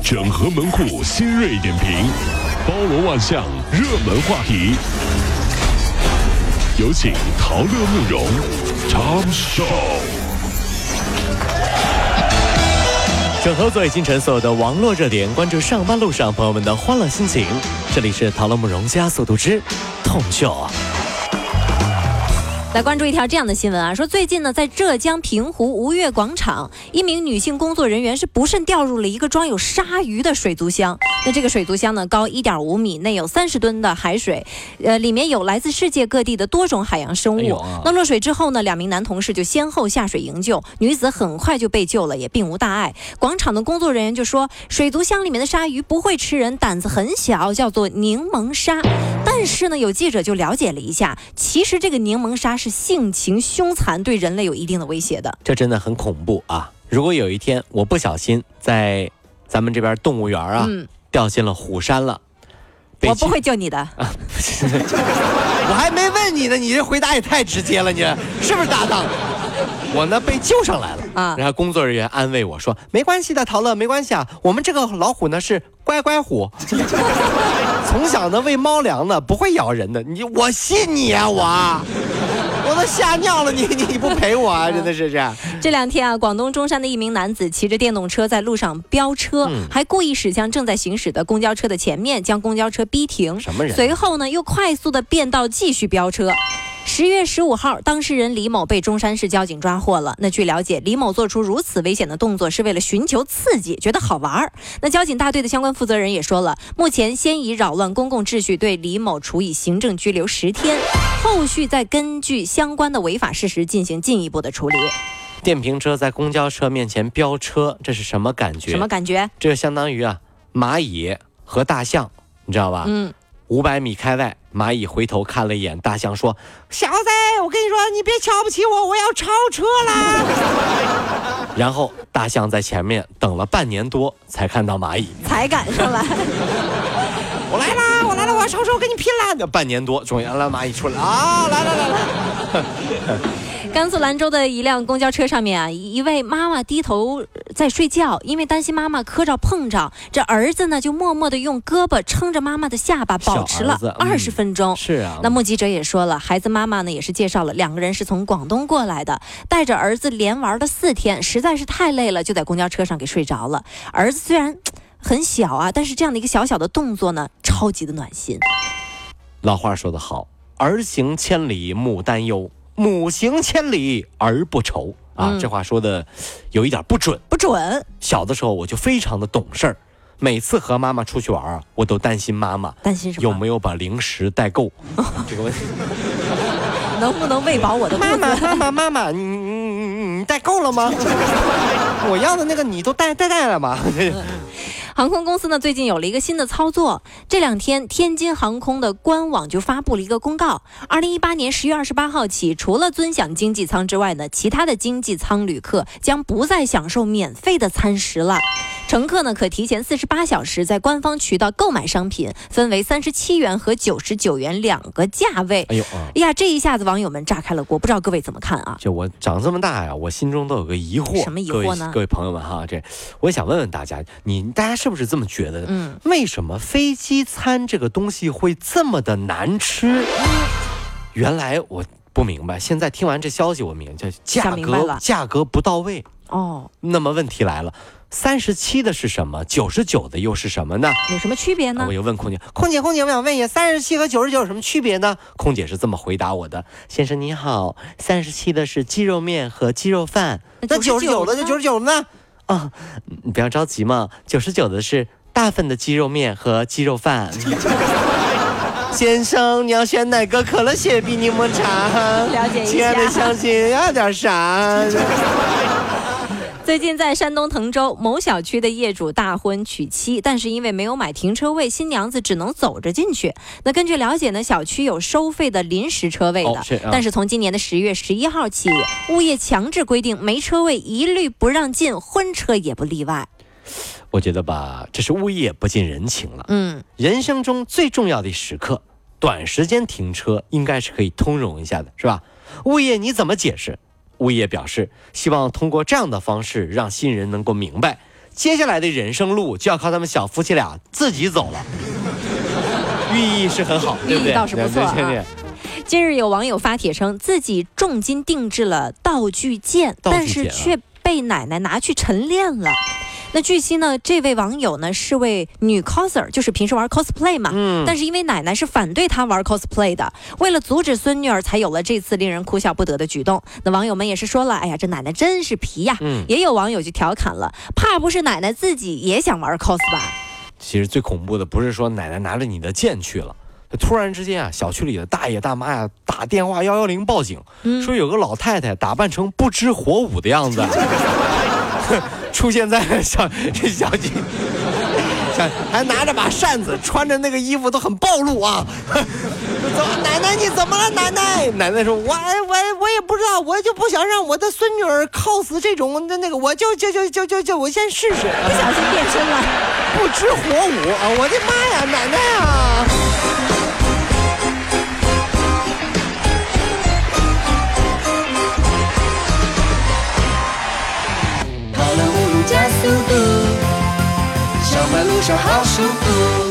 整合门户新锐点评，包罗万象，热门话题。有请陶乐慕容 Tom Show。 整合最新城所有的网络热点，关注上班路上朋友们的欢乐心情。这里是陶乐慕容加速度之痛秀。 来关注一条这样的新闻啊，说最近呢，在浙江平湖吴越广场，一名女性工作人员是不慎掉入了一个装有鲨鱼的水族箱。那这个水族箱呢，高1.5米，内有30吨的海水，里面有来自世界各地的多种海洋生物。那落水之后呢，2名男同事就先后下水营救，女子很快就被救了，也并无大碍。广场的工作人员就说，水族箱里面的鲨鱼不会吃人，胆子很小，叫做柠檬鲨。但是呢，有记者就了解了一下，其实这个柠檬鲨是性情凶残，对人类有一定的威胁的。 这真的很恐怖啊！如果有一天我不小心在咱们这边动物园啊，掉进了虎山了， 我不会救你的。 我还没问你呢，你这回答也太直接了，你是不是搭档？我呢被救上来了啊，然后工作人员安慰我说：“没关系的，陶乐，没关系啊，我们这个老虎呢是乖乖虎，从小呢喂猫粮呢，不会咬人的。我信你啊，我都吓尿了，你不陪我啊，真的是这样。” 这2天啊，广东中山的一名男子骑着电动车在路上飙车，还故意驶向正在行驶的公交车的前面，将公交车逼停。 什么人？ 随后呢，又快速的变道继续飙车。10月15号，当事人李某被中山市交警抓获了。那据了解，李某做出如此危险的动作是为了寻求刺激，觉得好玩。那交警大队的相关负责人也说了，目前先以扰乱公共秩序对李某处以行政拘留10天，后续再根据相关的违法事实进行进一步的处理。 电瓶车在公交车面前飙车，这是什么感觉？ 什么感觉？ 这个相当于啊，蚂蚁和大象，你知道吧？500米开外，蚂蚁回头看了一眼大象，说：“小子，我跟你说，你别瞧不起我，我要超车啦！”然后大象在前面等了半年多，才看到蚂蚁， 才赶上来。 我来啦，我要超车，我跟你拼啦！半年多，终于让蚂蚁出来啊！来。 甘肃兰州的一辆公交车上面啊，一位妈妈低头在睡觉，因为担心妈妈磕着碰着，这儿子呢就默默地用胳膊撑着妈妈的下巴，保持了20分钟。 是啊， 那目击者也说了，孩子妈妈呢也是介绍了，2个人是从广东过来的，带着儿子连玩了4天，实在是太累了，就在公交车上给睡着了。儿子虽然很小啊，但是这样的一个小小的动作呢，超级的暖心。 老话说得好，儿行千里母担忧，母行千里儿不愁啊，这话说的有一点不准。小的时候我就非常的懂事儿，每次和妈妈出去玩，我都担心妈妈担心什么？有没有把零食带够这个问题， 能不能喂饱我的肚子？ 妈妈，你带够了吗？我要的那个你都带了吗？ 航空公司呢最近有了一个新的操作，这2天天津航空的官网就发布了一个公告，2018年10月28号起，除了尊享经济舱之外呢，其他的经济舱旅客将不再享受免费的餐食了。乘客呢可提前48小时在官方渠道购买商品，分为37元和99元2个价位。哎呀，这一下子网友们炸开了锅，不知道各位怎么看啊？ 就我长这么大呀，我心中都有个疑惑。 什么疑惑呢？ 各位朋友们哈，我想问问大家，大家是不是这么觉得的？为什么飞机餐这个东西会这么的难吃？原来我不明白，现在听完这消息我明白，价格不到位哦。那么问题来了，37的是什么？99的又是什么呢？ 有什么区别呢？ 我又问空姐，我想问一下，37和99有什么区别呢？空姐是这么回答我的：先生你好，37的是鸡肉面和鸡肉饭，那99的就99呢？啊，你不要着急嘛，99的是大份的鸡肉面和鸡肉饭。先生，你要选哪个？可乐、雪碧、柠檬茶？ 了解一下。 亲爱的乡亲，要点啥？ 最近在山东滕州某小区的业主大婚娶妻，但是因为没有买停车位，新娘子只能走着进去。那根据了解呢，小区有收费的临时车位的，但是从今年的10月11号起，物业强制规定没车位一律不让进，婚车也不例外。 我觉得吧，这是物业不近人情了。人生中最重要的时刻，短时间停车应该是可以通融一下的，是吧？物业你怎么解释？物业表示，希望通过这样的方式让新人能够明白， 接下来的人生路就要靠他们小夫妻俩自己走了。寓意是很好，对不对？ 寓意倒是不错啊。近日有网友发帖称，自己重金定制了道具剑，但是却被奶奶拿去晨练了。那据悉呢，这位网友呢是位女 coser， 就是平时玩 cosplay 嘛。但是因为奶奶是反对她玩 cosplay 的，为了阻止孙女儿，才有了这次令人哭笑不得的举动。那网友们也是说了，哎呀，这奶奶真是皮呀。也有网友就调侃了，怕不是奶奶自己也想玩 cos 吧？ 其实最恐怖的不是说奶奶拿着你的剑去了。突然之间啊，小区里的大爷大妈呀打电话110报警，说有个老太太打扮成不知火舞的样子，出现在小区，还拿着把扇子，穿着那个衣服都很暴露啊。奶奶你怎么了？奶奶说，我也不知道，我就不想让我的孙女儿 cos 这种那个，我就我先试试。 不小心变身了， 不知火舞啊！我的妈呀，奶奶啊！ 跑了5路加速度，上班路上好舒服。